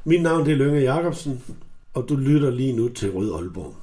Mit navn det er Lynge Jacobsen, og du lytter lige nu til Rød Aalborg.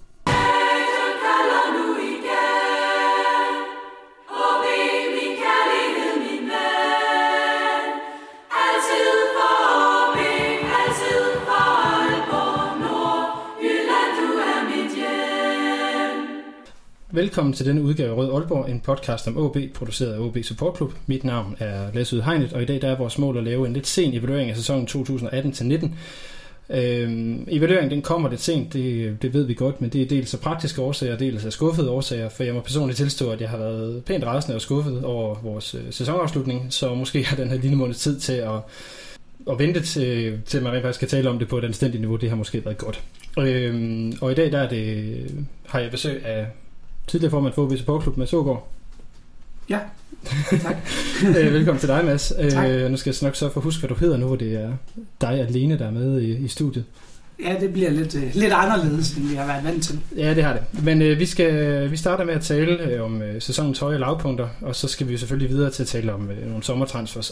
Velkommen til denne udgave af Rød Aalborg, en podcast om OB, produceret af OB Support Club. Mit navn er Lasse Udhegnet, og i dag der er vores mål at lave en lidt sen evaluering af sæsonen 2018-19. Evalueringen den kommer lidt sent, det ved vi godt, men det er dels af praktiske årsager, dels af skuffede årsager, for jeg må personligt tilstå, at jeg har været pænt rasende og skuffet over vores sæsonafslutning, så måske har den her lille måneds tid til at vente til man rent faktisk skal tale om det på et anstændigt niveau. Det har måske været godt. Og i dag der har jeg besøg af tidligere formand for OB Support Club, Mads Aagaard. Ja, tak. Velkommen til dig, Mads. Tak. Nu skal jeg nok så for at huske, hvad du hedder nu, hvor det er dig alene, der er med i studiet. Ja, det bliver lidt anderledes, end vi har været vant til. Ja, det har det. Men vi starter med at tale om sæsonens høje lavpunkter, og så skal vi jo selvfølgelig videre til at tale om nogle sommertransfers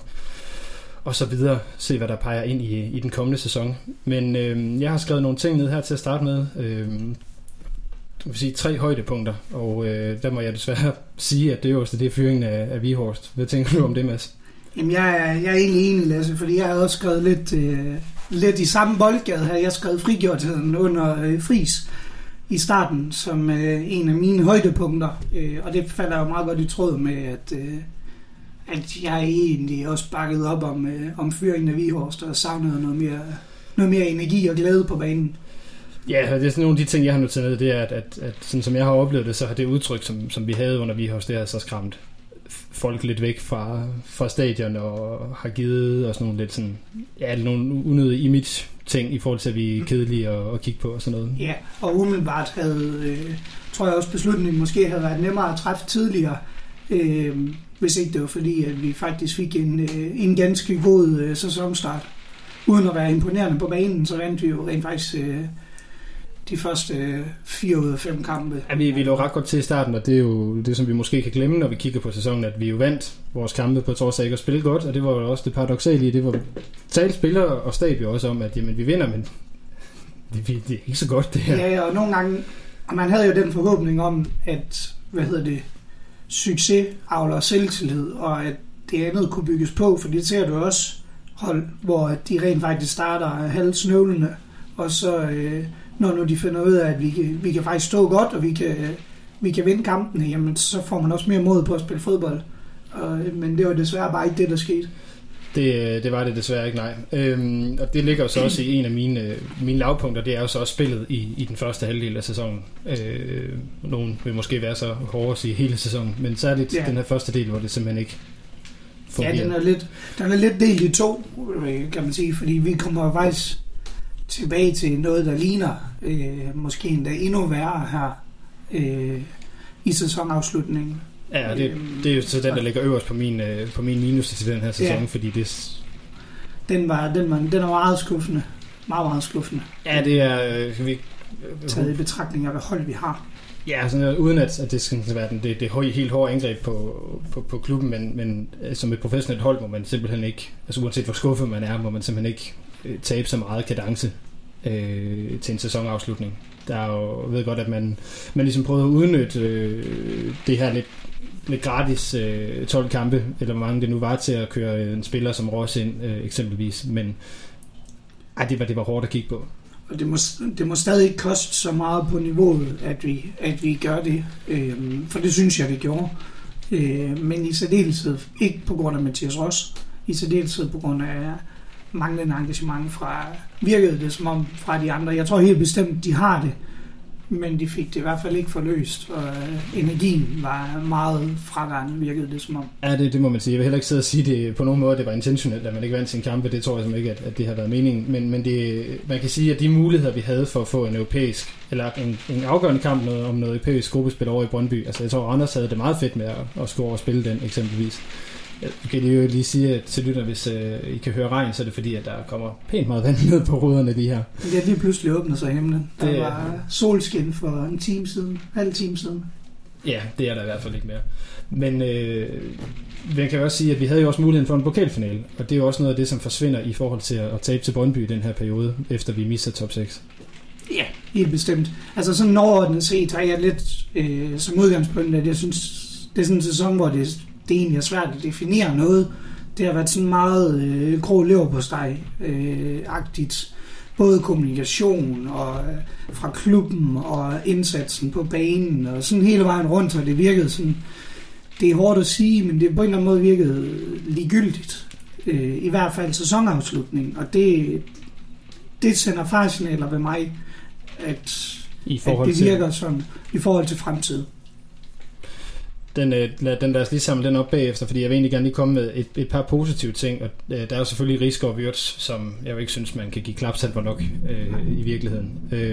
og så videre, se hvad der peger ind i den kommende sæson. Men jeg har skrevet nogle ting ned her til at starte med. Jeg vil sige 3 højdepunkter, og der må jeg desværre sige, at det øverste det er fyringen af Weghorst. Hvad tænker du om det, Mads? Jamen, jeg er egentlig enig, Lasse, fordi jeg har også skrevet lidt i samme boldgade her. Jeg har skrevet frigjortheden under Friis i starten som en af mine højdepunkter, og det falder jo meget godt i tråd med, at jeg egentlig også bakket op om fyringen af Weghorst og savnede noget mere energi og glæde på banen. Ja, det er sådan nogle af de ting, jeg har noteret, det er, at sådan som jeg har oplevet det, så har det udtryk, som vi havde under Weghorst, det har så skræmt folk lidt væk fra stadion og har givet os nogle lidt sådan, ja, nogle unødige image-ting i forhold til, at vi er kedelige at kigge på og sådan noget. Ja, og umiddelbart tror jeg også beslutningen måske havde været nemmere at træffe tidligere, hvis ikke det var fordi, at vi faktisk fik en ganske god sæsonstart. Uden at være imponerende på banen, så vandt vi jo rent faktisk de første 4 ud af 5 kampe. Ja, vi lå ret godt til i starten, og det er jo det, som vi måske kan glemme, når vi kigger på sæsonen, at vi jo vandt vores kampe på trods af ikke at spille godt, og det var jo også det paradoksale i, det var talt spillere og stab jo også om, at jamen, vi vinder, men det er ikke så godt det her. Ja, og nogle gange, og man havde jo den forhåbning om, at succes avler selvtillid, og at det andet kunne bygges på, for det ser du også hold, hvor de rent faktisk starter halvsnøvlende, og så når nu de finder ud af, at vi kan faktisk stå godt, og vi kan vinde kampene, jamen så får man også mere mod på at spille fodbold. Men det var desværre bare ikke det, der skete. Det var det desværre ikke, nej. Og det ligger jo så også i en af mine lavpunkter, det er jo så også spillet i den første halvdel af sæsonen. Nogen vil måske være så hårde at sige hele sæsonen, men særligt den her første del, hvor det simpelthen ikke fungerer. Ja, den er lidt delt i 2, kan man sige, fordi vi kommer faktisk tilbage til noget, der ligner måske endda endnu værre her i sæsonafslutningen. Ja, det er jo så den, der ligger øverst på min minus til den her sæson, ja. Fordi det... Den er meget skuffende. Meget, meget skuffende. Ja, det er... taget i betragtning af, hvad hold vi har. Ja, sådan, uden at det skal være det helt hårde angreb på klubben, men som et professionelt hold må man simpelthen ikke, altså uanset hvor skuffet man er, må man simpelthen ikke tabe så meget kadence til en sæsonafslutning. Der er jo, jeg ved godt, at man ligesom prøvede at udnytte det her lidt gratis 12 kampe, eller hvor mange det nu var, til at køre en spiller som Ross ind eksempelvis, men det var hårdt at kigge på. Og det må stadig ikke koste så meget på niveauet, at vi gør det, for det synes jeg, det gjorde. Men i særdeleshed, ikke på grund af Mathias Ross, i særdeleshed på grund af manglende engagement virkede det som om fra de andre. Jeg tror helt bestemt, de har det, men de fik det i hvert fald ikke forløst, og energien var meget fraværende, virkede det som om. Ja, det må man sige. Jeg vil heller ikke sidde og sige det på nogen måde, det var intentionelt, at man ikke vandt sin kampe. Det tror jeg simpelthen ikke, at det har været meningen. Men man kan sige, at de muligheder, vi havde for at få en europæisk, eller en afgørende kamp om noget europæisk gruppespil over i Brøndby, altså jeg tror, Anders havde det meget fedt med at score og spille den eksempelvis. Jeg kan jo lige sige til lytter, hvis I kan høre regn, så er det fordi, at der kommer pænt meget vand ned på ruderne lige her. Det lige pludselig åbner sig himlen. Der var solskin for halv time siden. Ja, det er der i hvert fald ikke mere. Men man kan også sige, at vi havde jo også muligheden for en pokalfinale, og det er jo også noget af det, som forsvinder i forhold til at tabe til Brøndby i den her periode, efter vi mister top 6. Ja, helt bestemt. Altså sådan overordnet set har jeg lidt som udgangspunkt, at jeg synes, det er sådan en sæson, hvor det egentlig er svært at definere noget. Det har været sådan meget grå leverpostej-agtigt. Både kommunikation og fra klubben og indsatsen på banen og sådan hele vejen rundt, og det virkede sådan, det er hårdt at sige, men det på en eller anden måde virkede ligegyldigt. I hvert fald sæsonafslutning, og det sender faresignaler ved mig, at det virker sådan i forhold til fremtiden. Den lad os lige samle den op bagefter, fordi jeg vil egentlig gerne lige komme med et par positive ting, og der er jo selvfølgelig Risgaard Wirtz, som jeg jo ikke synes, man kan give klapsalver nok i virkeligheden.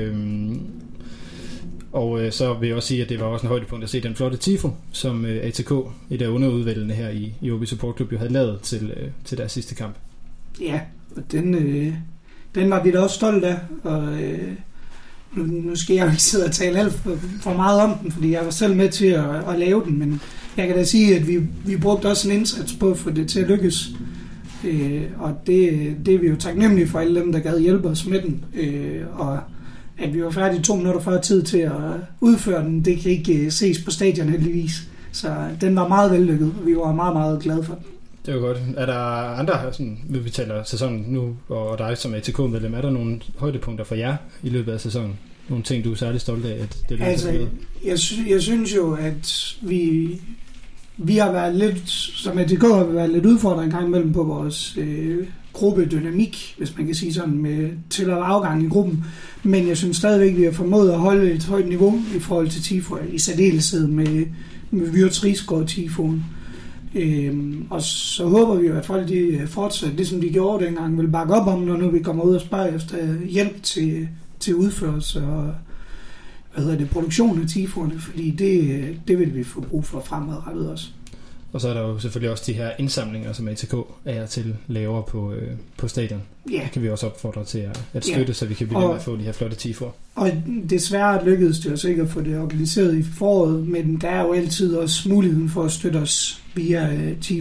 Og så vil jeg også sige, at det var også en højdepunkt at se den flotte tifo, som ATK i der underudvalgene her i OB Support Club jo havde lavet til deres sidste kamp. Ja, og den var vi da også stolt af, og nu skal jeg jo ikke sidde og tale alt for meget om den, fordi jeg var selv med til at lave den, men jeg kan da sige, at vi brugte også en indsats på at få det til at lykkes. Og det er vi jo taknemmelige for alle dem, der gad hjælpe os med den. Og at vi var færdige 2 minutter før tid til at udføre den, det kan ikke ses på stadion heldigvis. Så den var meget vellykket, og vi var meget, meget glade for den. Det var godt. Er der andre, sådan, vi taler sæsonen nu, og dig som ATK-medlem, er der nogle højdepunkter for jer i løbet af sæsonen? Nogle ting, du er særlig stolt af, at det er jeg synes jo, at vi har været lidt, som ATK har været lidt udfordret en gang imellem på vores gruppedynamik, hvis man kan sige sådan, med til- og afgang i gruppen. Men jeg synes stadigvæk, at vi har formået at holde et højt niveau i forhold til Tifo, i særdeleshed med Wirtz Risgaard Tifoen. Og så håber vi jo, at folk de fortsat, det som de gjorde dengang, vil bakke op om, når nu vi kommer ud og spørger efter hjælp til udførelse og produktion af tifoerne, fordi det vil vi få brug for fremadrettet også. Og så er der jo selvfølgelig også de her indsamlinger, som ATK er til laver på stadion. Ja. Det kan vi også opfordre til at støtte, så vi kan blive ved med at få de her flotte tifoer. Og desværre lykkedes det også ikke at få det organiseret i foråret, men der er jo altid også muligheden for at støtte os via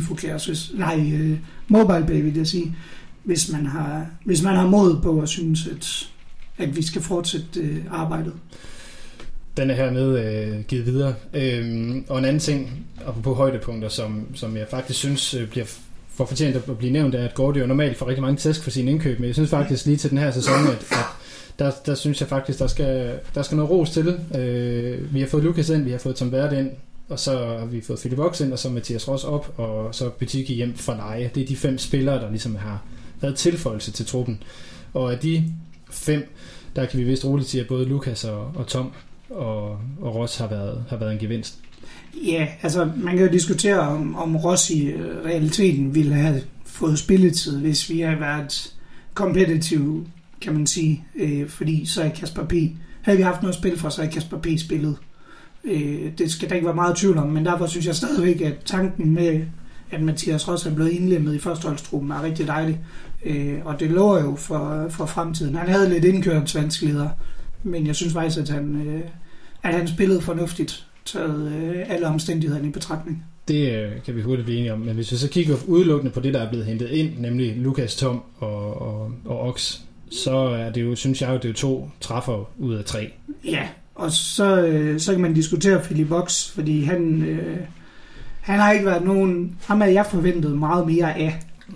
Mobile Baby, det vil sige, hvis man har mod på at synes, at vi skal fortsætte arbejdet. Den er hermed givet videre. Og en anden ting, apropos højdepunkter, som jeg faktisk synes bliver for fortjent at blive nævnt, er, at Gordy jo normalt får rigtig mange tæsk for sine indkøb, men jeg synes faktisk lige til den her sæson, at der synes jeg faktisk, der skal noget ros til. Vi har fået Lukas ind, vi har fået Tom Verde ind, og så har vi fået Philip Vox ind, og så Mathias Ross op, og så Butiki hjem fra leje. Det er de 5 spillere, der ligesom har været tilføjelse til truppen. Og af de 5, der kan vi vist roligt sige, at både Lukas og Tom og Ross har været en gevinst. Ja, altså man kan jo diskutere, om Ross i realiteten ville have fået spilletid, hvis vi havde været kompetitive, kan man sige, fordi så er Kasper P. Havde vi haft noget spil for, så er Kasper P. spillet. Det skal der ikke være meget tvivl om, men derfor synes jeg stadigvæk, at tanken med, at Mathias Ross er blevet indlemmet i førsteholdstruppen, er rigtig dejlig. Og det lover jo for fremtiden. Han havde lidt indkøringsvanskeligheder, men jeg synes faktisk, at han spillede fornuftigt, taget alle omstændighederne i betragtning. Det kan vi hurtigt blive enige om, men hvis vi så kigger udelukkende på det, der er blevet hentet ind, nemlig Lukas, Tom og Ox, så er det jo, synes jeg, det er 2 træffer ud af 3. Ja, og så kan man diskutere Philip Vox, fordi han har ikke været nogen, ham havde jeg forventet meget mere af,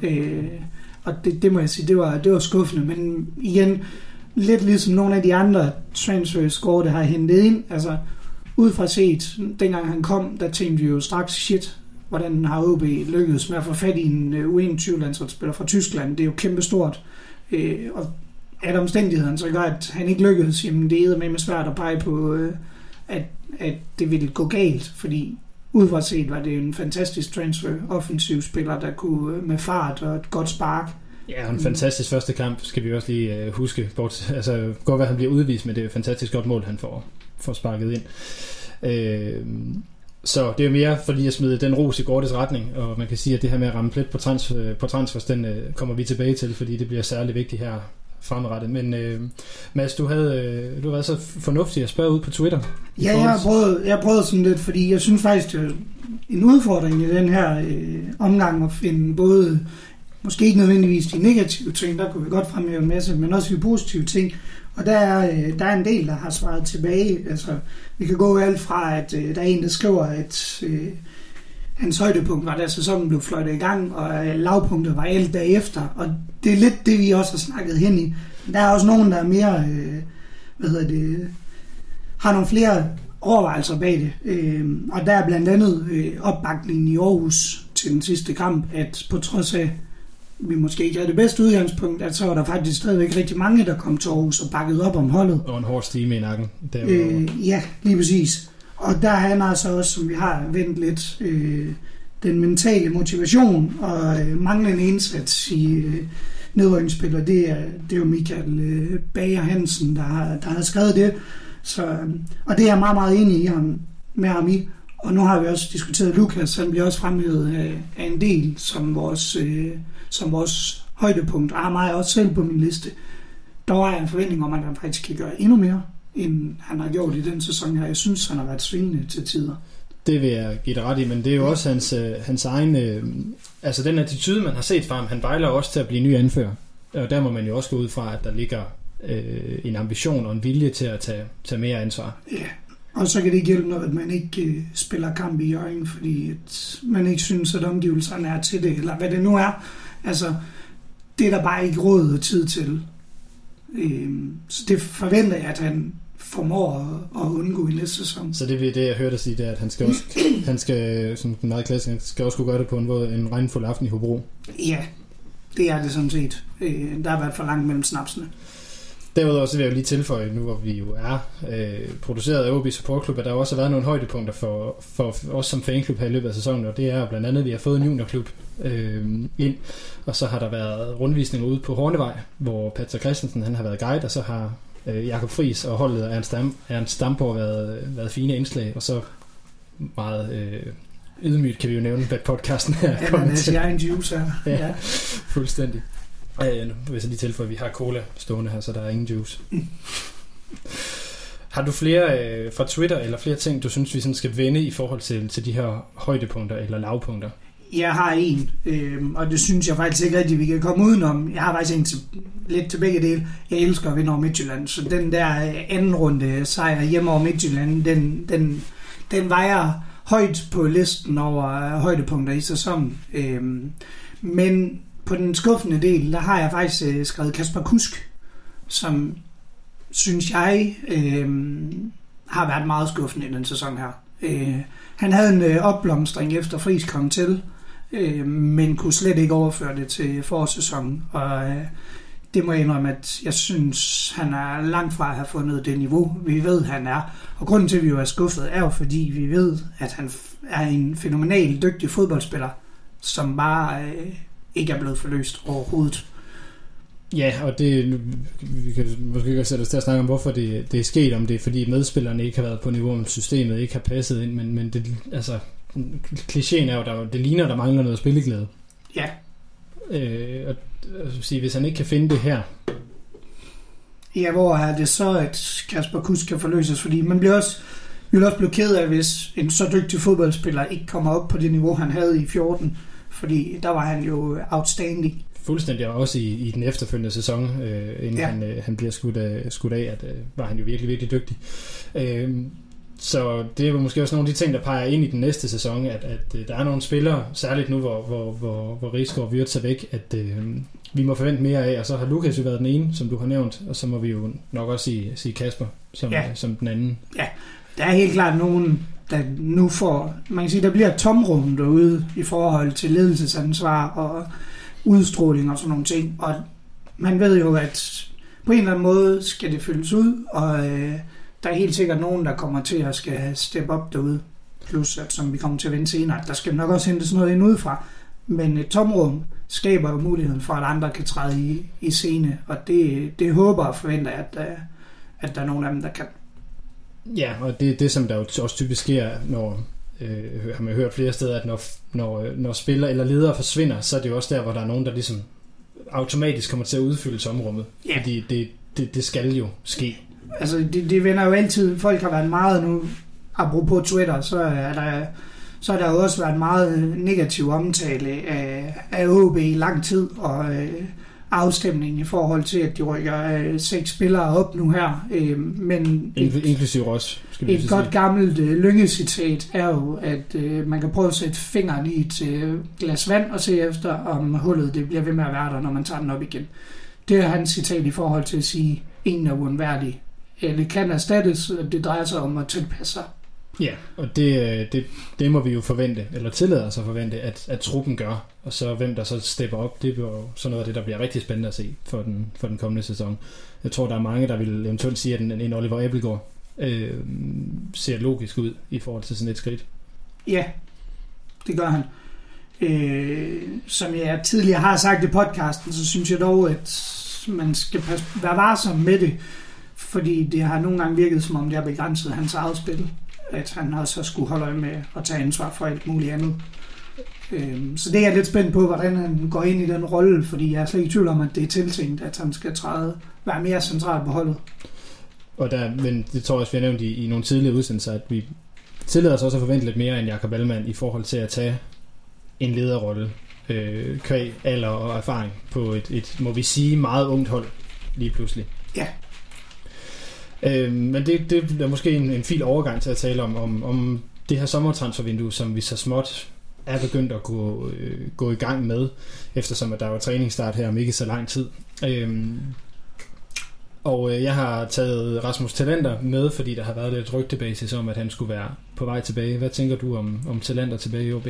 og det må jeg sige, det var skuffende, men igen, lidt ligesom nogle af de andre transfers, der har hentet ind, altså ud fra set, dengang han kom, der tænkte vi jo straks, shit, hvordan har OB lykkedes med at få fat i en U21-landsholdsspiller fra Tyskland, det er jo kæmpestort, og at omstændighederne så gør, at han ikke lykkedes, jamen det er med svært at pege på, at det ville gå galt, fordi ud fra set var det en fantastisk transfer, offensiv spiller, der kunne med fart og et godt spark. Ja, en fantastisk første kamp, skal vi også lige huske. Altså, godt være, han bliver udvist, men det er et fantastisk godt mål, han får sparket ind. Så det er mere for lige at smide den ros i Gordes retning, og man kan sige, at det her med at ramme plet på transfers, den kommer vi tilbage til, fordi det bliver særlig vigtigt fremadrettet. Men Mads, du har været så fornuftig at spørge ud på Twitter. Ja, jeg har prøvet sådan lidt, fordi jeg synes faktisk, det er en udfordring i den her omgang at finde både, måske ikke nødvendigvis de negative ting, der kunne vi godt fremhæve en masse, men også de positive ting. Og der er en del, der har svaret tilbage. Altså, vi kan gå alt fra, at der er en, der skriver, at hans højdepunkt var, da sæsonen blev fløjtet i gang, og lavpunktet var alt derefter. Og det er lidt det, vi også har snakket hen i. Der er også nogen, der er mere, har nogle flere overvejelser bag det. Og der er blandt andet opbakningen i Aarhus til den sidste kamp, at på trods af, vi måske ikke havde det bedste udgangspunkt, at så var der faktisk stadigvæk rigtig mange, der kom til Aarhus og bakkede op om holdet. Og en hård stime i nakken. Ja, lige præcis. Og der er altså også, som vi har vendt lidt, den mentale motivation og manglende indsats i nedrykningsspillere. Det er jo Michael Bager Hansen, der har skrevet det. Så, og det er jeg meget, meget enig i med ham i. Og nu har vi også diskuteret Lukas, han bliver også fremhævet af en del som vores højdepunkt, og har mig også selv på min liste. Der var en forventning om, at han faktisk kan gøre endnu mere, end han har gjort i den sæson her. Jeg synes, han har været svingende til tider. Det vil jeg give dig ret i, men det er jo også hans egen... altså den attitude, man har set fra ham, han bejler også til at blive ny anfører. Og der må man jo også gå ud fra, at der ligger en ambition og en vilje til at tage mere ansvar. Ja, og så kan det ikke hjælpe noget, at man ikke spiller kamp i Hjørring, fordi at man ikke synes, at omgivelserne er til det, eller hvad det nu er. Altså, det er der bare ikke råd og tid til. Så det forventer jeg, at han formår at undgå i næste sæson. Så det er det, jeg hørte dig sige, det er, at han skal som meget klassisk, han skal også kunne gøre det på en regnfuld aften i Hobro. Ja, det er det sådan set. Der har været for langt mellem snapsene. Derudover så vil jeg jo lige tilføje, nu hvor vi jo er produceret af OB Support Club, at der også har været nogle højdepunkter for os som fanklub her i løbet af sæsonen, og det er jo blandt andet, at vi har fået en juniorklub ind, og så har der været rundvisninger ude på Hornevej, hvor Peter Christensen han har været guide, og så har Jakob Friis og holdet Ernst Stamborg været fine indslag, og så meget ydmygt kan vi jo nævne, hvad podcasten her er kommet til. Ja, det er en juice her. Ja, fuldstændig. Nu vil jeg så lige tilføje, at vi har cola stående her, så der er ingen juice. Har du flere fra Twitter, eller flere ting, du synes, vi sådan skal vende i forhold til de her højdepunkter eller lavpunkter? Jeg har en, og det synes jeg faktisk ikke rigtig, vi kan komme udenom. Jeg har faktisk en lidt til begge dele. Jeg elsker at vinde over Midtjylland, så den der anden runde sejr hjemme over Midtjylland, den vejer højt på listen over højdepunkter i sæsonen. Men på den skuffende del, der har jeg faktisk skrevet Kasper Kusk, som synes jeg har været meget skuffende i den sæson her. Han havde en opblomstring efter Friis kom til, men kunne slet ikke overføre det til forårssæsonen. Og det må jeg indrømme, at jeg synes, han er langt fra at have fundet det niveau, vi ved, han er. Og grunden til, at vi jo er skuffet, er jo fordi, vi ved, at han er en fænomenal dygtig fodboldspiller, som bare ikke er blevet forløst overhovedet. Ja, og det, vi kan måske ikke sætte os til at snakke om, hvorfor det er sket, om det er fordi medspillerne ikke har været på niveau, om systemet ikke har passet ind, men det, altså, klichéen er jo, det ligner, der mangler noget spilleglæde. Ja. Og sige, hvis han ikke kan finde det her. Ja, hvor er det så, at Kasper Kusk kan forløses, fordi man vil også blive ked af, hvis en så dygtig fodboldspiller ikke kommer op på det niveau, han havde i 14, fordi der var han jo outstanding. Fuldstændig, også i den efterfølgende sæson, inden han bliver skudt af, at var han jo virkelig, virkelig dygtig. Så det er jo måske også nogle af de ting, der peger ind i den næste sæson, at der er nogle spillere, særligt nu, hvor Rigsgaard Wirtz er væk, at vi må forvente mere af, og så har Lukas jo været den ene, som du har nævnt, og så må vi jo nok også sige Kasper som den anden. Ja, der er helt klart nogen, der nu får, man kan sige, der bliver et tomrum derude i forhold til ledelsesansvar og udstråling og sådan nogle ting, og man ved jo, at på en eller anden måde skal det fyldes ud, og der er helt sikkert nogen, der kommer til at skal steppe op derude, plus at, som vi kommer til at vende senere, der skal nok også hentes noget ind udefra, men et tomrum skaber jo muligheden for, at andre kan træde i scene, og det håber og forventer jeg, at der er nogen af dem, der kan. Ja, og det som der jo også typisk sker, når har man hørt flere steder, at når spillere eller ledere forsvinder, så er det jo også der, hvor der er nogen, der ligesom automatisk kommer til at udfylde tomrummet. Ja. Fordi det skal jo ske. Altså, det vender jo altid. Folk har været meget nu, apropos Twitter, så er der jo også været meget negativ omtale af OB i lang tid, og afstemningen i forhold til, at de rykker 6 spillere op nu her. Men inklusive Ross. Et godt gammelt Lynge-citat er jo, at man kan prøve at sætte fingeren i et glas vand og se efter, om hullet det bliver ved med at være der, når man tager den op igen. Det er hans citat i forhold til at sige, ingen er uundværlig. Det kan erstattes, og det drejer sig om at tilpasse sig. Ja, og det må vi jo forvente, eller tillade os at forvente, at truppen gør. Og så hvem der så stepper op, det er jo sådan noget af det, der bliver rigtig spændende at se for den kommende sæson. Jeg tror, der er mange, der vil eventuelt sige, at en Oliver Abildgaard ser logisk ud i forhold til sådan et skridt. Ja, det gør han. Som jeg tidligere har sagt i podcasten, så synes jeg dog, at man skal være varsom med det, fordi det har nogle gange virket, som om det har begrænset hans eget spil. At han også skulle holde øje med at tage ansvar for alt muligt andet. Så det er jeg lidt spændt på, hvordan han går ind i den rolle, fordi jeg er slet ikke i tvivl om, at det er tiltænkt, at han skal være mere centralt på holdet. Men det tror jeg også, vi har nævnt i nogle tidligere udsendelser, at vi tillader os også at forvente lidt mere end Jakob Allmann i forhold til at tage en lederrolle, kvæg, alder og erfaring på et, må vi sige, meget ungt hold lige pludselig. Ja. Men det er måske en fin overgang til at tale om det her sommertransfervindue, som vi så småt er begyndt at gå i gang med, eftersom at der var træningsstart her om ikke så lang tid. Og jeg har taget Rasmus Talander med, fordi der har været lidt rygtebasis om, at han skulle være på vej tilbage. Hvad tænker du om Talander tilbage i OB?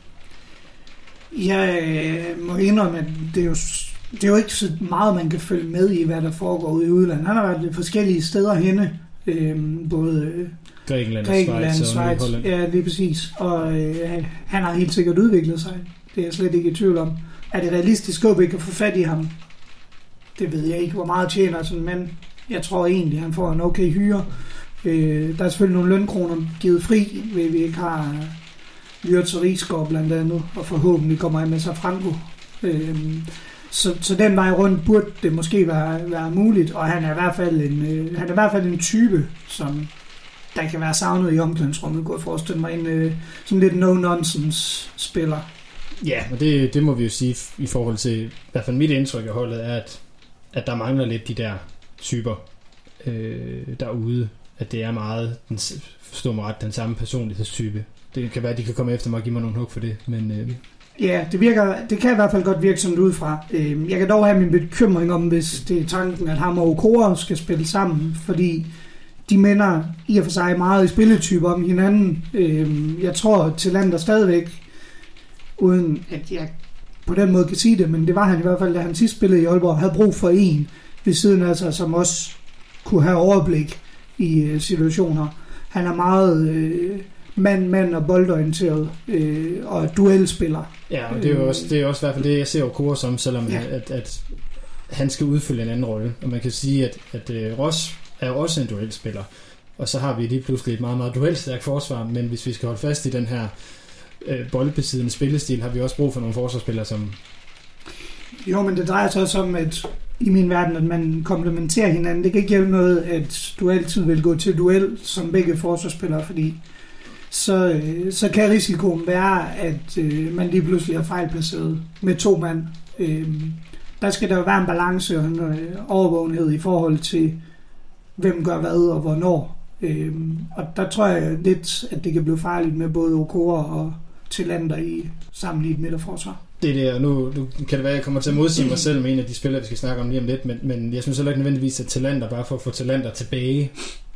Jeg må indrømme, at det er jo ikke så meget, man kan følge med i, hvad der foregår ude i udlandet. Han har været lidt forskellige steder henne, både Grækenland, Schweiz. Ja, lige præcis. Og han har helt sikkert udviklet sig. Det er jeg slet ikke i tvivl om. Er det realistisk, at vi kan få fat i ham? Det ved jeg ikke, hvor meget tjener sådan, men jeg tror egentlig, han får en okay hyre. Der er selvfølgelig nogle lønkroner givet fri, ved vi ikke har Wirtz og Rigsgaard blandt andet, og forhåbentlig kommer han med sig Franco. Så den vej rundt burde det måske være muligt, og han er i hvert fald en type, som der kan være savnet i omklædningsrummet. Kunne jeg forestille mig en sådan lidt no-nonsense spiller. Ja, og det må vi jo sige i forhold til, i hvert fald mit indtryk af holdet er, at der mangler lidt de der typer derude, at det er meget, forstår mig ret, den samme personlighedstype. Det kan være, at de kan komme efter mig og give mig nogle hug for det, men... Ja, det kan i hvert fald godt virke sådan udefra. Jeg kan dog have min bekymring om, hvis det er tanken, at ham og Okora skal spille sammen, fordi de minder i og for sig meget i spilletyper om hinanden. Jeg tror til Lander stadigvæk, uden at jeg på den måde kan sige det, men det var han i hvert fald, da han sidst spillede i Aalborg, havde brug for en ved siden af sig, som også kunne have overblik i situationer. Han er meget mand og boldorienteret og duelspiller. Ja, og det er også i hvert fald det, jeg ser Okora som, selvom at han skal udfylde en anden rolle. Og man kan sige, at Ross er også en duelspiller. Og så har vi lige pludselig et meget, meget duelstærkt forsvar, men hvis vi skal holde fast i den her boldbesiddende spillestil, har vi også brug for nogle forsvarsspillere, som... Jo, men det drejer sig også om, at i min verden, at man komplementerer hinanden. Det kan ikke hjælpe noget, at du altid vil gå til duel som begge forsvarsspillere, fordi så kan risikoen være, at man lige pludselig er fejlplaceret med 2 mand. Der skal der jo være en balance og en overvågenhed i forhold til, hvem gør hvad og hvornår. Og der tror jeg lidt, at det kan blive farligt med både Okora og Talander i sammenlignet midterforsvar. Det er det, og nu kan det være, at jeg kommer til at modsige mig selv med en af de spillere, vi skal snakke om lige om lidt, men jeg synes heller ikke nødvendigvis, at Talander, bare for at få Talander tilbage,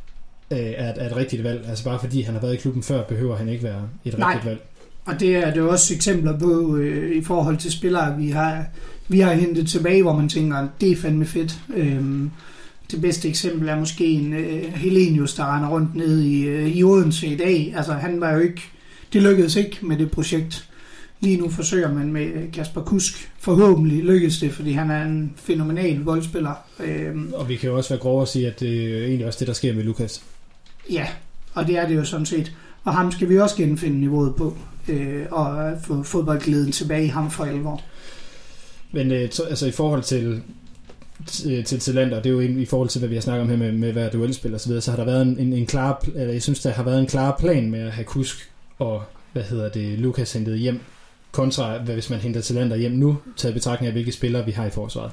er et rigtigt valg. Altså bare fordi han har været i klubben før, behøver han ikke være et rigtigt valg. Og det er det også eksempler på i forhold til spillere, vi har hentet tilbage, hvor man tænker, det er fandme fedt. Det bedste eksempel er måske en Helenius, der render rundt nede i Odense i dag. Altså han var jo ikke, det lykkedes ikke med det projekt. Lige nu forsøger man med Kasper Kusk. Forhåbentlig lykkes det, fordi han er en fænomenal voldspiller. Og vi kan jo også være grove at sige, at det er egentlig også det, der sker med Lukas. Ja, og det er det jo sådan set. Og ham skal vi også genfinde niveauet på, og få fodboldglæden tilbage i ham for alvor. Men altså i forhold til talenter, det er jo i forhold til, hvad vi har snakket om her med hver duelspil og så videre, så har der været en klar, eller jeg synes, der har været en klar plan med at have Kusk og, Lukas hentet hjem, kontra, hvis man henter talenter hjem nu, taget betragtning af, hvilke spillere vi har i forsvaret.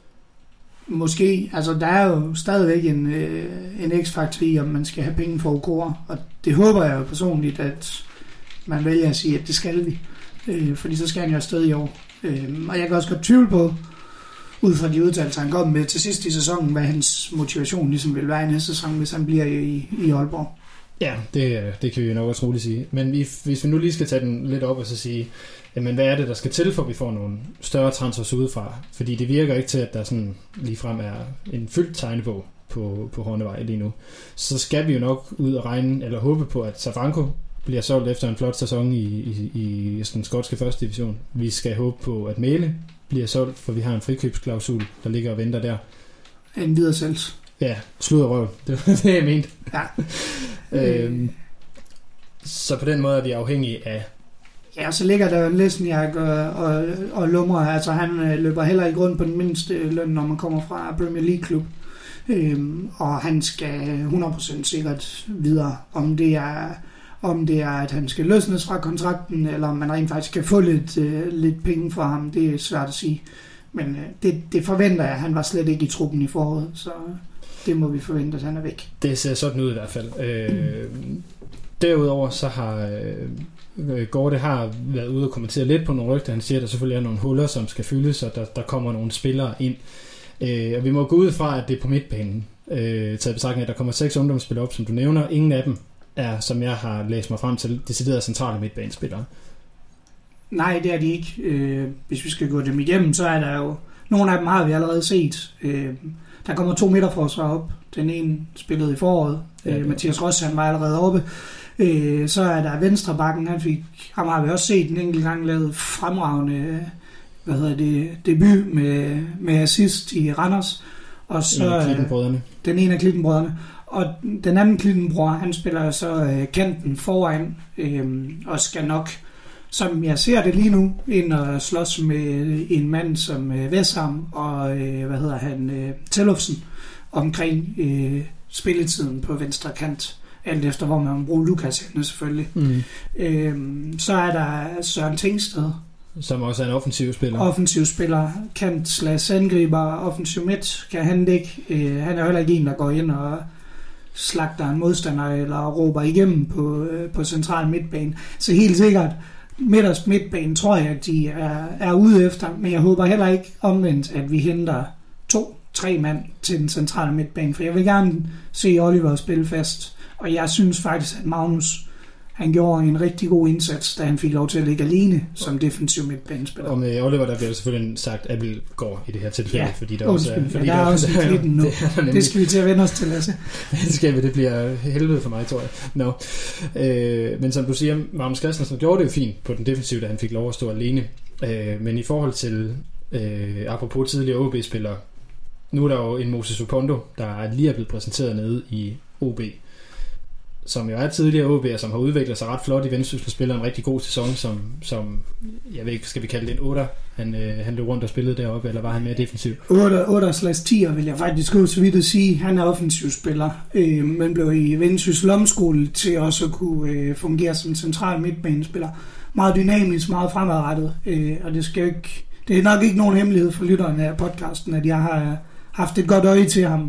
Måske, altså der er jo stadigvæk en x-faktor i, om man skal have penge for Okora, og det håber jeg jo personligt, at man vælger at sige, at det skal vi, fordi så skal han jo afsted i år. Og jeg kan også godt tvivle på, ud fra de udtalelser, han kom med til sidst i sæsonen, hvad hans motivation ligesom vil være i næste sæson, hvis han bliver i Aalborg. Ja, det kan vi jo nok også roligt sige. Men hvis vi nu lige skal tage den lidt op og så sige, jamen hvad er det, der skal til, for at vi får nogle større transfers udefra? Fordi det virker ikke til, at der sådan ligefrem er en fyldt tegnebog på Hornevej lige nu. Så skal vi jo nok ud og regne, eller håbe på, at Savanko bliver solgt efter en flot sæson i den skotske første division. Vi skal håbe på, at Mæle bliver solgt, for vi har en frikøbsklausul, der ligger og venter der. En videre sælges. Ja, sludderrøv. Det var det, jeg mente. Ja. Så på den måde er vi afhængige af... Ja, så ligger der jo en Lesniak og Lumre. Altså han løber heller ikke rundt på den mindste løn, når man kommer fra Premier League-klub. Og han skal 100% sikkert videre, om det er, at han skal løsnes fra kontrakten, eller om man rent faktisk kan få lidt penge fra ham. Det er svært at sige. Men det forventer jeg. Han var slet ikke i truppen i foråret, så det må vi forvente, at han er væk. Det ser sådan ud i hvert fald. Derudover så har Gorte har været ude og kommentere lidt på nogle rygter. Han siger, at der selvfølgelig er nogle huller, som skal fyldes, og der kommer nogle spillere ind. Og vi må gå ud fra, at det er på midtbanen. Taget betragtning, at der kommer 6 ungdomsspillere op, som du nævner. Ingen af dem er, som jeg har læst mig frem til, deciderede centrale midtbanespillere. Nej, det er de ikke. Hvis vi skal gå dem igennem, så er der jo... Nogle af dem har vi allerede set. Der kommer 2 midterforsvar op. Den ene spillede i foråret. Mathias Ross, han var allerede oppe. Så er der venstrebakken. Ham har vi også set en enkelt gang lavet fremragende debut med assist i Randers. Og så den ene af Klittenbrødrene. Og den anden Klittenbror, han spiller så kanten foran, og skal nok, som jeg ser det lige nu, ind og slås med en mand som Vessam og Tellufsen omkring spilletiden på venstre kant, alt efter hvor man bruger Lukas henne selvfølgelig. Så er der Søren Tingsted, som også er en offensiv spiller, kant/angriber, offensiv midt, kan han ikke. Han er heller ikke en, der går ind og slagter en modstander eller råber igennem på central midtbane. Så helt sikkert midterst midtbane tror jeg, at de er ude efter, men jeg håber heller ikke omvendt, at vi henter 2-3 mand til den centrale midtbane, for jeg vil gerne se Oliver spille fast, og jeg synes faktisk, at Magnus han gjorde en rigtig god indsats, da han fik lov til at ligge alene som defensiv midtbanespiller. Og med Oliver, der bliver selvfølgelig sagt, at vi går i det her tilfælde, ja, fordi der også er... Fordi der er også en klitten nu. Det skal vi til at vende os til, Lasse. Det skal vi, det bliver helvede for mig, tror jeg. Men som du siger, Magnus Christensen gjorde det jo fint på den defensive, da han fik lov at stå alene. Men i forhold til, apropos tidligere OB-spillere, nu er der jo en Moses Opondo, der lige er blevet præsenteret nede i OB, som jo er tidligere OB'er, som har udviklet sig ret flot i Vendsyssel, spiller en rigtig god sæson, som jeg ved ikke, skal vi kalde det en 8'er? Han løb rundt og spillede deroppe, eller var han mere defensiv? 8/10'er vil jeg faktisk gå så vidt at sige. Han er offensiv spiller, men blev i Vendsyssel omskolet til også at kunne fungere som central midtbanespiller. Meget dynamisk, meget fremadrettet, og det er nok ikke nogen hemmelighed for lytterne af podcasten, at jeg har haft et godt øje til ham.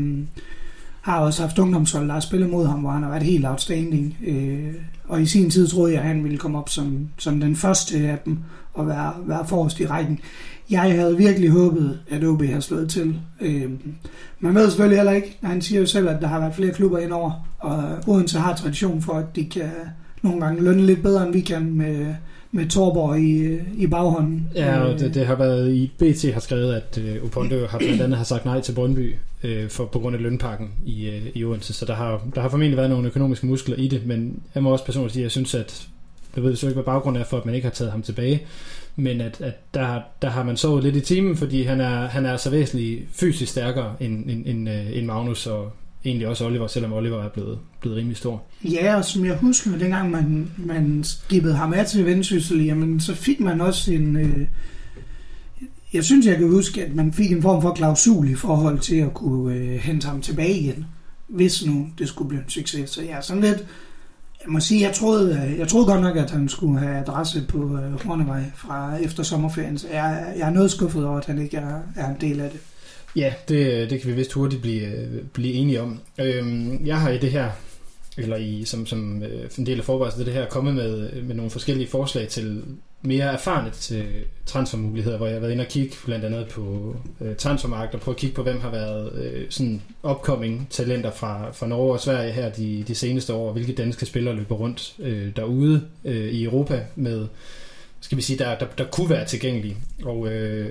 Har også haft ungdomshold, der har spillet mod ham, hvor han har været helt outstanding. Og i sin tid troede jeg, at han ville komme op som den første af dem og være forrest i rækken. Jeg havde virkelig håbet, at OB har slået til. Man ved selvfølgelig heller ikke. Han siger jo selv, at der har været flere klubber indover, og Odense har tradition for, at de kan nogle gange lønne lidt bedre, end vi kan med Torborg i baghånden. Ja, og det har været i BT har skrevet, at Opondo har blandt andet sagt nej til Brøndby på grund af lønpakken i Odense, så der har formentlig været nogle økonomiske muskler i det, men jeg må også personligt sige, at jeg synes, at jeg ved så ikke, hvad baggrunden er for, at man ikke har taget ham tilbage, men at der har man sovet lidt i timen, fordi han er så væsentligt fysisk stærkere end Magnus, og egentlig også Oliver, selvom Oliver er blevet rimelig stor. Ja, og som jeg husker, dengang man skibede ham af til Vendsyssel, jamen så fik man også Jeg synes, jeg kan huske, at man fik en form for klausul i forhold til at kunne hente ham tilbage igen, hvis nu det skulle blive en succes. Så jeg er sådan lidt, jeg må sige, jeg troede godt nok, at han skulle have adresse på Hornevej fra efter sommerferien, så jeg er noget skuffet over, at han ikke er en del af det. Ja, det kan vi vist hurtigt blive enige om. Jeg har i det her, eller som en del af forberedelsen det her, kommet med nogle forskellige forslag til mere erfarne transfermuligheder, hvor jeg har været inde og kigge blandt andet på transfermarkedet og prøve at kigge på, hvem har været sådan upcoming talenter fra Norge og Sverige her de seneste år, og hvilke danske spillere løber rundt derude i Europa med, skal vi sige, der kunne være tilgængelige. Og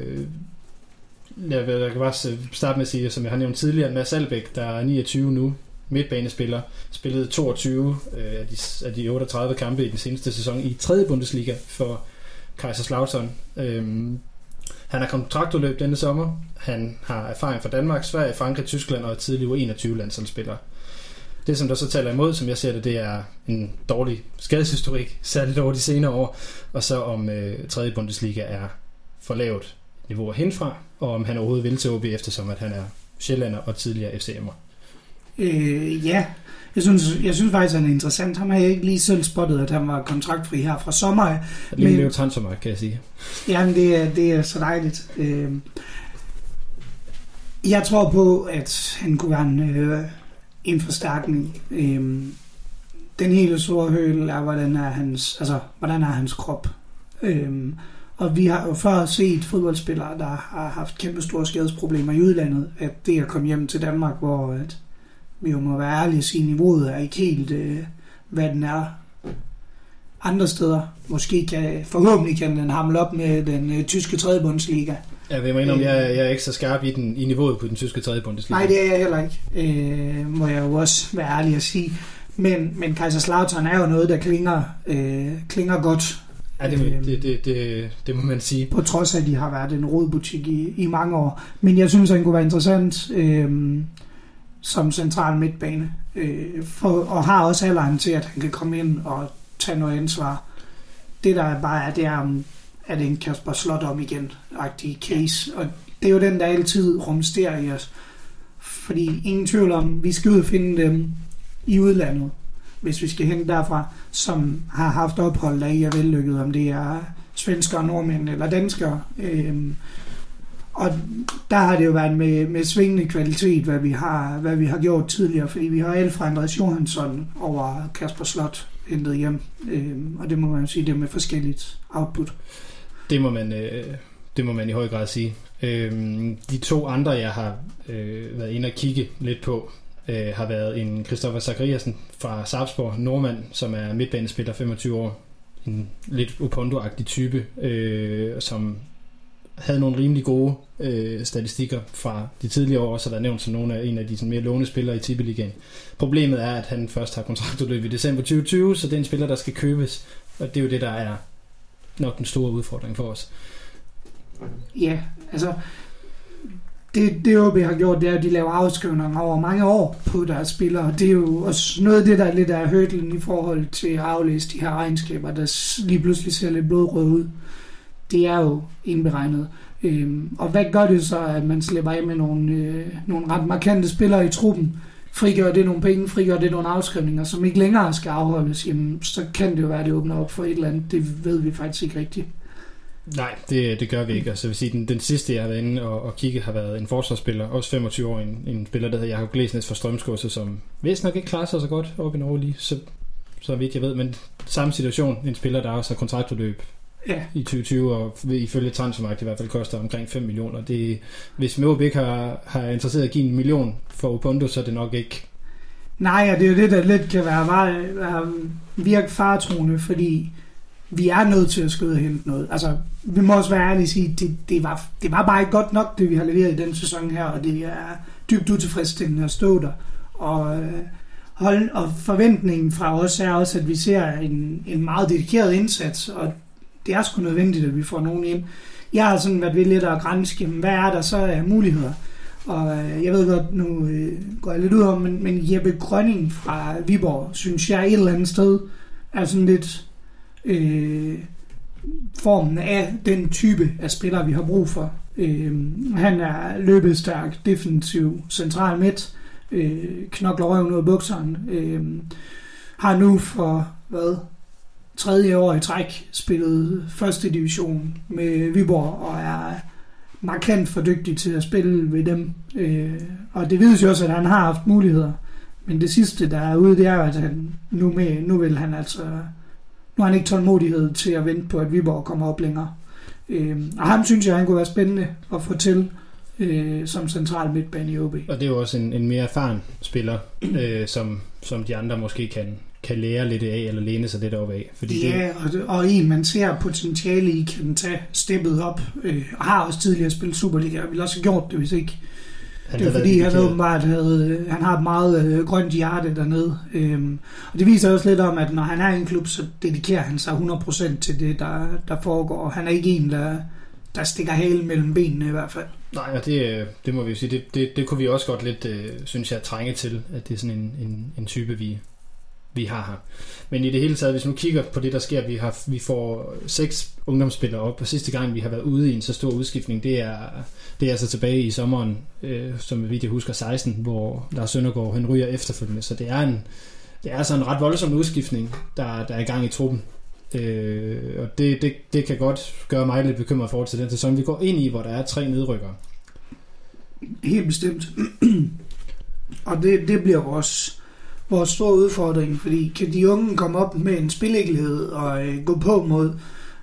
jeg kan bare starte med at sige, som jeg har nævnt tidligere, Mads Albeck, der er 29 nu, midtbanespiller, spillede 22 af de 38 kampe i den seneste sæson i 3. Bundesliga for Kaiserslautern. Han har kontraktudløb denne sommer. Han har erfaring fra Danmark, Sverige, Frankrig, Tyskland og tidligere 21 landsholdsspillere. Det, som der så taler imod, som jeg ser det, det er en dårlig skadeshistorik, særligt over de senere år, og så om 3. Bundesliga er for lavt niveau at hente fra, og om han overhovedet vil til OB, eftersom at han er sjællander og tidligere FCM'er. Ja, jeg synes faktisk, han er interessant. Han har jeg ikke lige selv spottet, at han var kontraktfri her fra sommer. Det er jo transfermarkt, kan jeg sige. Jamen, det er så dejligt. Jeg tror på, at han kunne være en forstærkning. Den hele store høl er, hvordan er hans krop. Og vi har jo før set fodboldspillere, der har haft kæmpe store skadesproblemer i udlandet, at det at komme hjem til Danmark, hvor at vi jo må være ærlige at sige, niveauet er ikke helt, hvad den er andre steder. Forhåbentlig kan den hamle op med den tyske 3. Bundesliga. Ja, jeg mener, jeg er ikke så skarp i niveauet på den tyske 3. Bundesliga. Nej, det er jeg heller ikke. Må jeg jo også være ærlig at sige. Men Kaiserslautern er jo noget, der klinger godt. Ja, det må man sige. På trods af, at de har været en rodbutik i mange år. Men jeg synes, at den kunne være interessant som central midtbane. Og har også alderen til, at han kan komme ind og tage noget ansvar. Det der bare er, det er, om er det en Kasper Slot om igen-agtig case. Og det er jo den, der altid rumsterer i os. Fordi ingen tvivl om, vi skal ud og finde dem i udlandet, hvis vi skal hente derfra, som har haft ophold, der ikke er vellykket, om det er svenskere, nordmænd eller danskere. Og der har det jo været med svingende kvalitet, hvad vi har gjort tidligere, fordi vi har alt fra Andreas Johansson over Kasper Slot hentet hjem, og det må man jo sige, det med forskelligt output. Det må man i høj grad sige. De 2 andre, jeg har været inde og kigge lidt på, har været en Christopher Zachariasen fra Sarpsborg, nordmand, som er midtbanespiller, 25 år, en lidt Opondo-agtig type, som havde nogle rimelig gode statistikker fra de tidligere år, også har været nævnt som en af de sådan, mere lovende spillere i Tippeligaen. Problemet er, at han først har kontraktudløb i december 2020, så det er en spiller, der skal købes, og det er jo det, der er nok den store udfordring for os. Ja, altså det OB har gjort, det er, at de laver afskrivninger over mange år på deres spillere. Det er jo også noget af det, der er lidt af hurdlen i forhold til at aflæse de her regnskaber, der lige pludselig ser lidt blodrød ud. Det er jo indberegnet. Og hvad gør det så, at man slipper af med nogle ret markante spillere i truppen? Frigør det nogle penge, frigør det nogle afskrivninger, som ikke længere skal afholdes, jamen, så kan det jo være, at det åbner op for et eller andet. Det ved vi faktisk ikke rigtigt. Nej, det gør vi ikke. Altså, jeg vil sige, den sidste, jeg har været inde og kigge, har været en forsvarsspiller, også 25 år, en spiller, der hedder Jakob Glesnes fra Strømsgodset, som vist nok ikke klarer sig så godt op i Norge lige, så vidt jeg ved, men samme situation, en spiller, der også har kontraktudløb i 2020, og ifølge transfermarkedet i hvert fald koster omkring 5 millioner. Hvis OB ikke har interesseret at give 1 million for Opondo, så er det nok ikke. Nej, og det er jo det, der lidt kan virke faretruende, fordi vi er nødt til at skulle hente noget. Altså, vi må også være ærlige og sige, det var bare ikke godt nok, det vi har leveret i den sæson her, og det er dybt utilfredsstillende at stå der. Og forventningen fra os er også, at vi ser en meget dedikeret indsats, og det er sgu nødvendigt, at vi får nogen ind. Jeg har sådan været ved lidt at grænske, hvad er der så af muligheder? Og jeg ved godt, nu går jeg lidt ud om, men Jeppe Grønning fra Viborg, synes jeg et eller andet sted, er sådan lidt formen af den type af spillere, vi har brug for. Han er løbestærk, defensiv, central midt, knokler røven ud af bukserne, har nu for, 3. år i træk spillet første division med Viborg, og er markant for dygtig til at spille ved dem. Og det vides jo også, at han har haft muligheder. Men det sidste, der er ude, det er, at han nu har han ikke tålmodighed til at vente på, at Viborg kommer op længere. Og ham synes jeg, han kunne være spændende at få til som central midtbane i OB. Og det er jo også en mere erfaren spiller, som de andre måske kan lære lidt af, eller læne sig lidt op af. Fordi ja, og en, man ser potentiale i, kan tage steppet op, og har også tidligere spillet Superliga, og ville også have gjort det, hvis ikke. Det er fordi, han åbenbart han har et meget grønt hjerte dernede. Og det viser også lidt om, at når han er i en klub, så dedikerer han sig 100% til det, der foregår. Han er ikke en, der stikker halen mellem benene i hvert fald. Nej, og det må vi jo sige. Det kunne vi også godt lidt, synes jeg, trænge til, at det er sådan en type, vi har her. Men i det hele taget, hvis nu kigger på det, der sker, vi får 6 ungdomsspillere op, og sidste gang, vi har været ude i en så stor udskiftning, det er altså tilbage i sommeren, som vi husker 16, hvor Lars Søndergaard, han ryger efterfølgende, så det er altså en ret voldsom udskiftning, der er i gang i truppen. Og det kan godt gøre mig lidt bekymret forhold til den sæson, vi går ind i, hvor der er 3 nedrykkere. Helt bestemt. Og det bliver vores store udfordring, fordi kan de unge komme op med en spillæggelighed og gå på mod,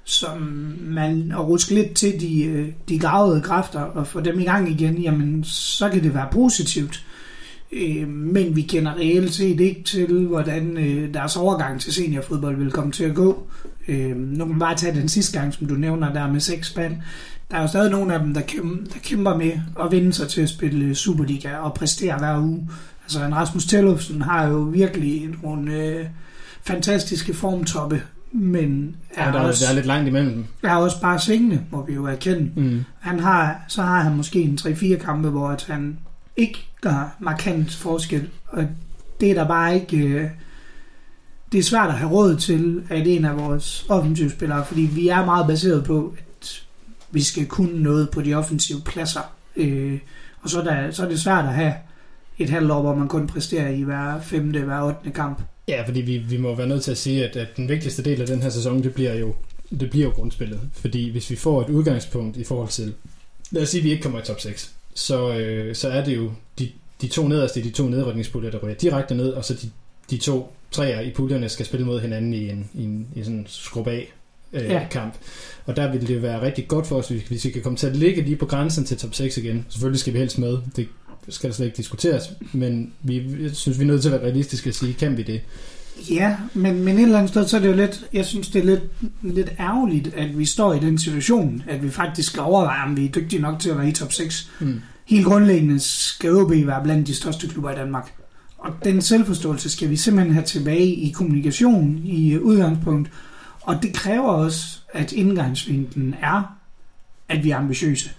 og ruske lidt til de gravede kræfter og få dem i gang igen, jamen så kan det være positivt. Men vi kender reelt set ikke til, hvordan deres overgang til seniorfodbold vil komme til at gå. Nu kan man bare tage den sidste gang, som du nævner, der med 6 spand. Der er jo stadig nogle af dem, der kæmper med at vende sig til at spille Superliga og præstere hver uge. Altså en Rasmus Tellufsen har jo virkelig nogle fantastiske formtoppe, men der er lidt langt imellem dem. Er også bare svingende, må vi jo erkende. Mm. Så har han måske en 3-4 kampe, hvor at han ikke gør markant forskel, og det er der bare ikke. Det er svært at have råd til, at en af vores offensivspillere, fordi vi er meget baseret på, at vi skal kunne noget på de offensive pladser, og så er det svært at have et halvt år, hvor man kun præsterer i hver 5., hver 8. kamp. Ja, fordi vi må være nødt til at sige, at den vigtigste del af den her sæson, det bliver jo grundspillet. Fordi hvis vi får et udgangspunkt i forhold til, lad os sige, at vi ikke kommer i top 6, så er det jo de 2 nederste i de 2 nedrykningspuljer, der ryger direkte ned, og så de 2 træer i puljerne skal spille mod hinanden i en sådan skrub af kamp. Og der vil det være rigtig godt for os, hvis vi kan komme til at ligge lige på grænsen til top 6 igen. Selvfølgelig skal vi helst med. Det skal der slet ikke diskuteres, men jeg synes, vi er nødt til at være realistiske og sige, kan vi det? Ja, men et eller andet sted, så er det jo lidt, jeg synes, det er lidt ærgerligt, at vi står i den situation, at vi faktisk skal overveje, om vi er dygtige nok til at være i top 6. Mm. Helt grundlæggende skal OB være blandt de største klubber i Danmark. Og den selvforståelse skal vi simpelthen have tilbage i kommunikation, i udgangspunkt. Og det kræver også, at indgangsvinklen er, at vi er ambitiøse.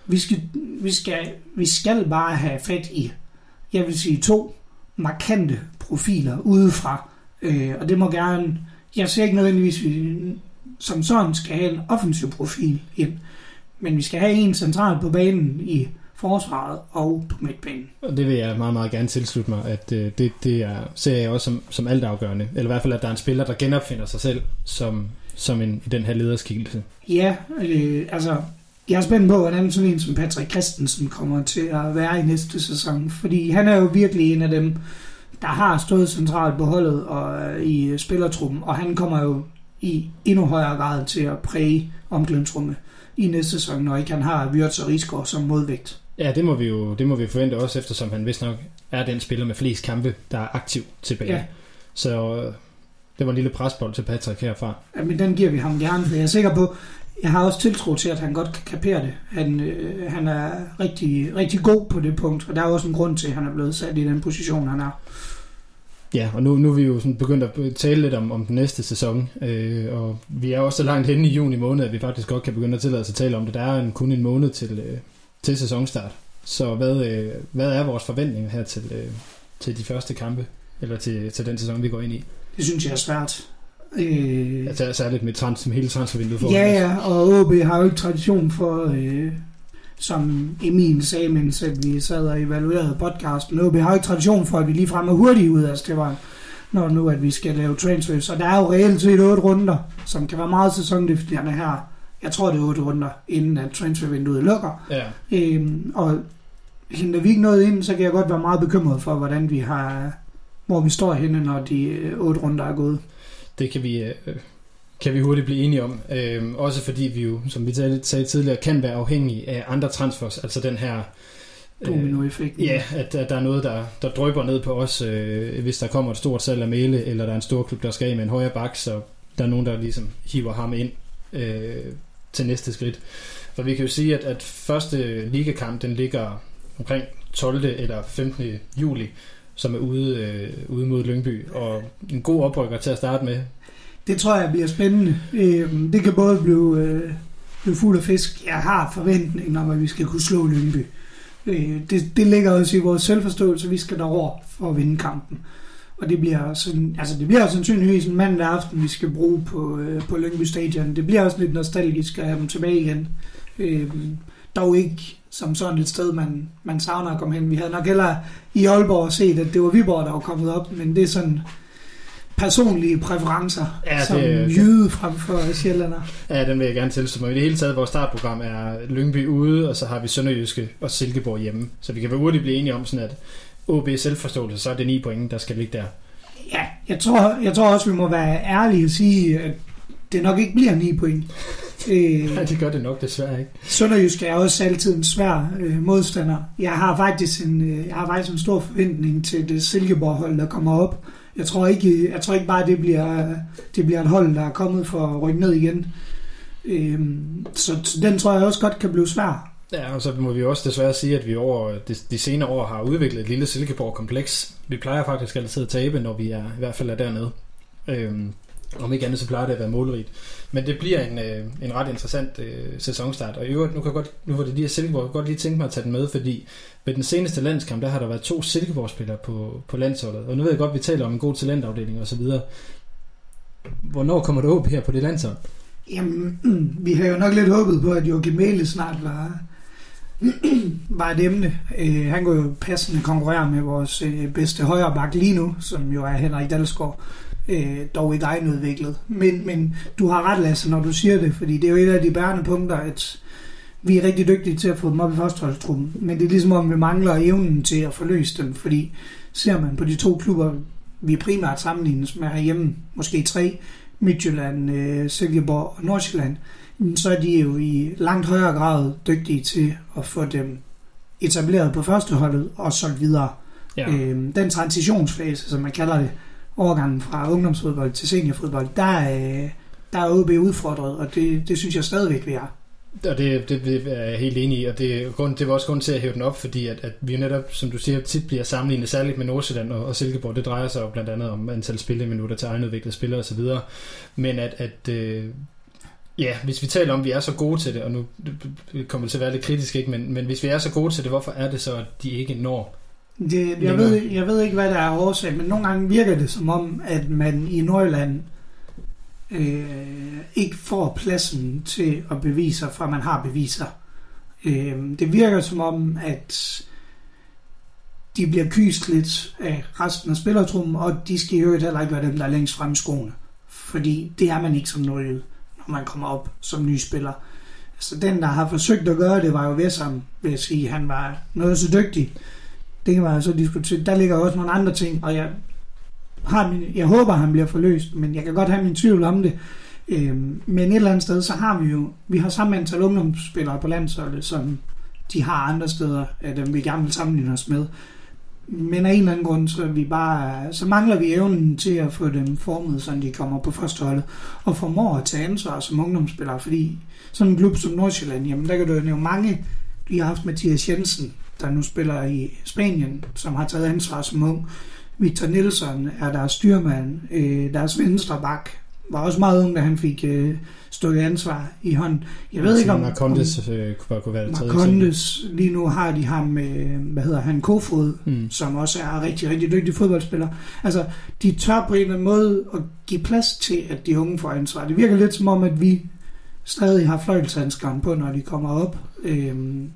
Vi skal bare have fat i, jeg vil sige 2 markante profiler udefra. Og det må gerne, jeg ser ikke nødvendigvis, at vi som sådan skal have en offensiv profil ind, men vi skal have en central på banen i forsvaret og på midtbanen. Og det vil jeg meget, meget gerne tilslutte mig, at ser jeg også som altafgørende, eller i hvert fald, at der er en spiller, der genopfinder sig selv som i den her lederskikkelse. Ja, altså jeg er spændt på, hvordan sådan en som Patrick Christensen kommer til at være i næste sæson, fordi han er jo virkelig en af dem, der har stået centralt på holdet og i spillertruppen, og han kommer jo i endnu højere grad til at præge omklædningsrummet i næste sæson, når ikke han har Wirtz og Rigsgaard som modvægt. Ja, det må vi forvente også, eftersom han vist nok er den spiller med flest kampe, der er aktiv tilbage. Ja. Så det var en lille presbold til Patrick herfra. Ja, men den giver vi ham gerne, for jeg er sikker på, jeg har også tiltro til, at han godt kan kapere det. Han er rigtig, rigtig god på det punkt, og der er også en grund til, at han er blevet sat i den position, han er. Ja, og nu er vi jo sådan begyndt at tale lidt om den næste sæson, og vi er også så langt henne i juni måned, at vi faktisk godt kan begynde at tillade os at tale om det. Der er kun en måned til sæsonstart. Så hvad er vores forventninger her til de første kampe, eller til den sæson, vi går ind i? Det synes jeg er svært. Særligt med hele transfervinduet for. Ja, og OB har jo ikke tradition for som Emil sagde, mens vi sad og evaluerede podcasten. OB har ikke tradition for, at vi ligefrem er hurtige ud. Altså det var når nu, at vi skal lave transfers. Og der er jo reelt set 8 runder, som kan være meget sæsondefinerende her. Jeg tror, det er 8 runder, inden at transfervinduet lukker. Ja. Og henter vi ikke noget ind, så kan jeg godt være meget bekymret for, hvor vi står henne, når de 8 runder er gået. Det kan vi hurtigt blive enige om. Også fordi vi jo, som vi sagde tidligere, kan være afhængige af andre transfers. Altså den her dominoeffekten. Ja, at der er noget, der drypper ned på os, hvis der kommer et stort salg af Mæle, eller der er en stor klub, der skal af med en højre bak, så der er nogen, der ligesom hiver ham ind til næste skridt. For vi kan jo sige, at første ligakamp, den ligger omkring 12. eller 15. juli, som er ude mod Lyngby, og en god oprykker til at starte med. Det tror jeg bliver spændende. Det kan både blive fuld af fisk. Jeg har forventninger om, at vi skal kunne slå Lyngby. Det ligger også i vores selvforståelse, vi skal derover for at vinde kampen. Og det bliver sandsynligvis en mandag aften, vi skal bruge på Lyngby Stadion. Det bliver også lidt nostalgisk at have dem tilbage igen. Dog ikke som sådan et sted, man savner at komme hen. Vi havde nok heller i Aalborg set, at det var Viborg, der var kommet op, men det er sådan personlige præferencer, ja, som jyde frem for sjællander. Ja, den vil jeg gerne tilstå mig. I det hele taget, vores startprogram er Lyngby ude, og så har vi Sønderjyske og Silkeborg hjemme. Så vi kan være hurtigt blive enige om, sådan at OB selvforståelse, så er det 9 point, der skal ligge der. Ja, jeg tror også, vi må være ærlige og sige, at det nok ikke bliver 9 point. Nej, det gør det nok desværre ikke. Sønderjyske er også altid en svær modstander. Jeg har faktisk en stor forventning til det Silkeborg-hold, der kommer op. Jeg tror ikke bare, at det bliver et hold, der er kommet for at rykke ned igen. Så den tror jeg også godt kan blive svær. Ja, og så må vi også desværre sige, at vi over de senere år har udviklet et lille Silkeborg-kompleks. Vi plejer faktisk altid at tabe, når vi i hvert fald er dernede. Om ikke andet, så plejer det at være målrigt. Men det bliver en ret interessant sæsonstart. Og i øvrigt, nu var det lige Silkeborg, godt lige tænke mig at tage den med, fordi ved den seneste landskamp, der har der været 2 Silkeborg-spillere på landsholdet. Og nu ved jeg godt, at vi taler om en god talentafdeling og så videre. Hvornår kommer det op her på det landshold? Jamen, vi har jo nok lidt håbet på, at Joachim Mæle snart var et emne. Han kunne jo passende konkurrere med vores bedste højreback lige nu, som jo er Henrik Dalsgaard. Dog ikke egenudviklet. Men du har ret, Lasse, når du siger det, fordi det er jo et af de bærende punkter, at vi er rigtig dygtige til at få dem op i førsteholdstruppen, men det er ligesom om vi mangler evnen til at forløse dem, fordi ser man på de 2 klubber, vi primært sammenlignes med herhjemme, måske 3, Midtjylland, Silkeborg og Nordsjælland, så er de jo i langt højere grad dygtige til at få dem etableret på førsteholdet og solgt videre. Ja. Den transitionsfase, som man kalder det, overgangen fra ungdomsfodbold til seniorfodbold, der er OB udfordret, og det synes jeg stadigvæk, vi er. Og det er jeg helt enig i, og det var også grund til at hæve den op, fordi at vi netop, som du siger, tit bliver sammenlignet særligt med Nordsjælland og Silkeborg. Det drejer sig jo blandt andet om antal spilleminutter til egenudviklede spillere osv. Men hvis vi taler om, at vi er så gode til det, og nu kommer det til at være lidt kritisk, ikke? Men hvis vi er så gode til det, hvorfor er det så, at de ikke når? Jeg ved ikke, hvad der er årsag, men nogle gange virker det som om, at man i Nordjylland ikke får pladsen til at bevise sig, for man har beviser. Det virker som om, at de bliver kyst lidt af resten af spillertruppen, og de skal jo heller ikke være dem, der er længst fremme i skoene. Fordi det er man ikke som nordjyd, når man kommer op som ny spiller. Altså den, der har forsøgt at gøre det, var jo Vesam, vil jeg sige. Han var noget så dygtig. Det kan man så diskutere. Der ligger også nogle andre ting, og jeg håber, han bliver forløst, men jeg kan godt have min tvivl om det. Men et eller andet sted, så har vi har samme antal ungdomsspillere på landsholdet, som de har andre steder, af dem vi gerne vil sammenligne os med. Men af en eller anden grund, så mangler vi evnen til at få dem formet, så de kommer på førsteholdet, og formår at tage ansvar som ungdomsspillere, fordi sådan en klub som Nordsjælland, jamen der kan du jo nævne mange. Vi har haft Mathias Jensen, der nu spiller i Spanien, som har taget ansvar som ung. Victor Nielsen er deres styrmand, deres venstre bak, var også meget ung, da han fik stået ansvar i hånden. Jeg ved ikke om Marcondes kunne være det tredje. Marcondes, lige nu har de ham, Kofod, som også er rigtig, rigtig dygtig fodboldspiller. Altså, de tør på en eller anden måde at give plads til, at de unge får ansvar. Det virker lidt som om, at vi stadig har fløjlshandskeren på, når de kommer op.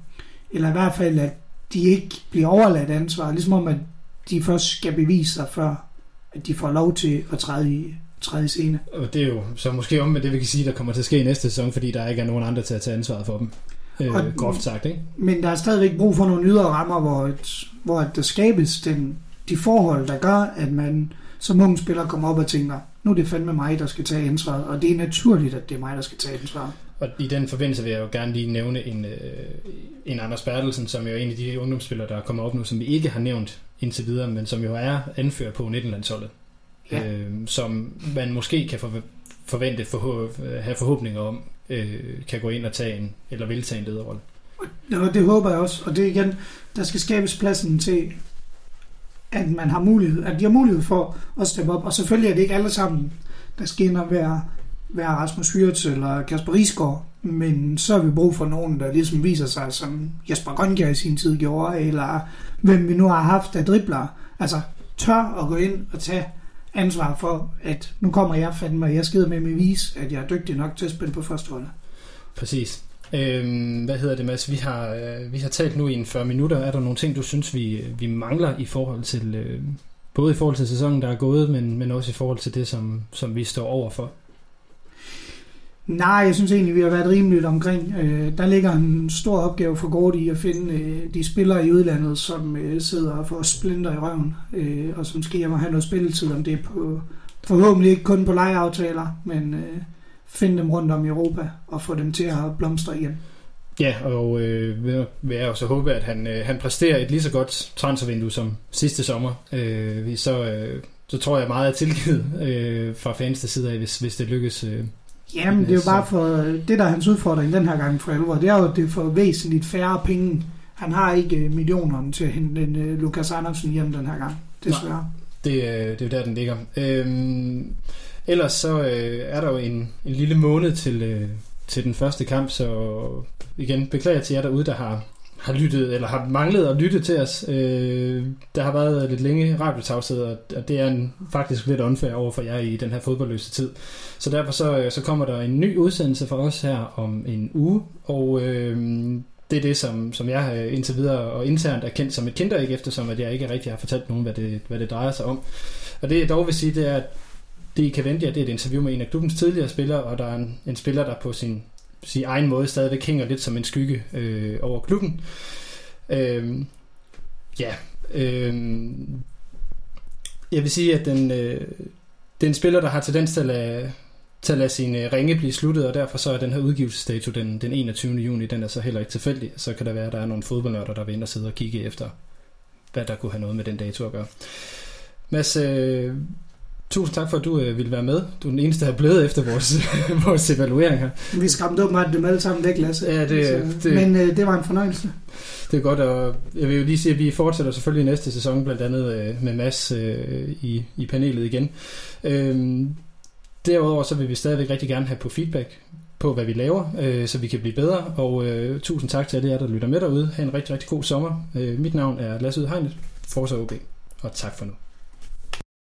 eller i hvert fald, at de ikke bliver overladt ansvar, ligesom om, at de først skal bevise sig, før at de får lov til at træde i scene. Og det er jo så måske om med det, vi kan sige, der kommer til at ske i næste sæson, fordi der ikke er nogen andre til at tage ansvaret for dem. Groft sagt, ikke? Men der er stadigvæk brug for nogle ydre rammer, hvor der skabes de forhold, der gør, at man som unge spiller kommer op og tænker, nu er det fandme mig, der skal tage ansvaret, og det er naturligt, at det er mig, der skal tage ansvaret. Og i den forbindelse vil jeg jo gerne lige nævne en Anders Bertelsen, som jo er en af de ungdomsspillere, der er kommet op nu, som vi ikke har nævnt indtil videre, men som jo er anfører på 19-landsholdet. Ja. Som man måske kan forvente have forhåbninger om, kan gå ind og vil tage en lederrolle. Og det håber jeg også. Og det igen, der skal skabes pladsen til, at man har mulighed, at de har mulighed for at steppe op. Og selvfølgelig er det ikke alle sammen, der skal ind og være Rasmus Wirtz eller Kasper Risgaard, men så har vi brug for nogen, der ligesom viser sig, som Jesper Grønkjær i sin tid gjorde, eller hvem vi nu har haft af driblere. Altså tør at gå ind og tage ansvar for, at nu kommer jeg fandme, og jeg skider med at vise, at jeg er dygtig nok til at spille på førsteholdet. Præcis. Hvad hedder det, Mads? Vi har talt nu i 40 minutter. Er der nogle ting, du synes, vi mangler i forhold til, både i forhold til sæsonen, der er gået, men også i forhold til det, som vi står overfor? Nej, jeg synes egentlig, vi har været rimeligt omkring. Der ligger en stor opgave for Gordy i at finde de spillere i udlandet, som sidder og får splinter i røven, og som skal hjem og have noget spilletid, om det er på, forhåbentlig ikke kun på lejeaftaler, men finde dem rundt om i Europa og få dem til at blomstre igen. Ja, og vil jeg også håbe, at han præsterer et lige så godt transfervindue som sidste sommer. Så tror jeg meget er tilgivet fra fans side af, hvis det lykkes. Jamen, det er jo bare for det, der er hans udfordring den her gang for alvor. Det er jo, at det får væsentligt færre penge. Han har ikke millionerne til at hente en Lukas Andersen hjem den her gang, desværre. Det er jo der, den ligger. Ellers så er der jo en lille måned til den første kamp, så igen beklager til jer derude, der har lyttet, eller har manglet at lytte til os. Der har været lidt længe radiotavshed, og det er faktisk lidt unfair over for jer i den her fodboldløse tid. Så derfor så kommer der en ny udsendelse fra os her om en uge, og det er det, som jeg indtil videre og internt er kendt som et kinderæg, eftersom at jeg ikke rigtig har fortalt nogen, hvad det drejer sig om. Og det jeg dog vil sige, det er, at det I kan vente jer, det er et interview med en af klubbens tidligere spillere, og der er en spiller, der på sin egen måde stadigvæk hænger lidt som en skygge over klubben. Jeg vil sige, at det er en spiller, der har tendens til at lade sine ringe blive sluttet, og derfor så er den her udgivelsesdato den 21. juni, den er så heller ikke tilfældig. Så kan der være, at der er nogle fodboldnørder, der vil ind og sidde og kigge efter, hvad der kunne have noget med den dato at gøre. Mads, tusind tak for, at du ville være med. Du er den eneste, der er blevet efter vores evaluering her. Vi skræmte åbenbart dem alle sammen væk, Lasse. Ja, men det var en fornøjelse. Det er godt, og jeg vil jo lige sige, at vi fortsætter selvfølgelig næste sæson, blandt andet med Mads i panelet igen. Derudover så vil vi stadigvæk rigtig gerne have på feedback på, hvad vi laver, så vi kan blive bedre. Og tusind tak til alle jer, der lytter med derude. Ha' en rigtig, rigtig god sommer. Mit navn er Lasse Hegnet, Forza OB, og tak for nu.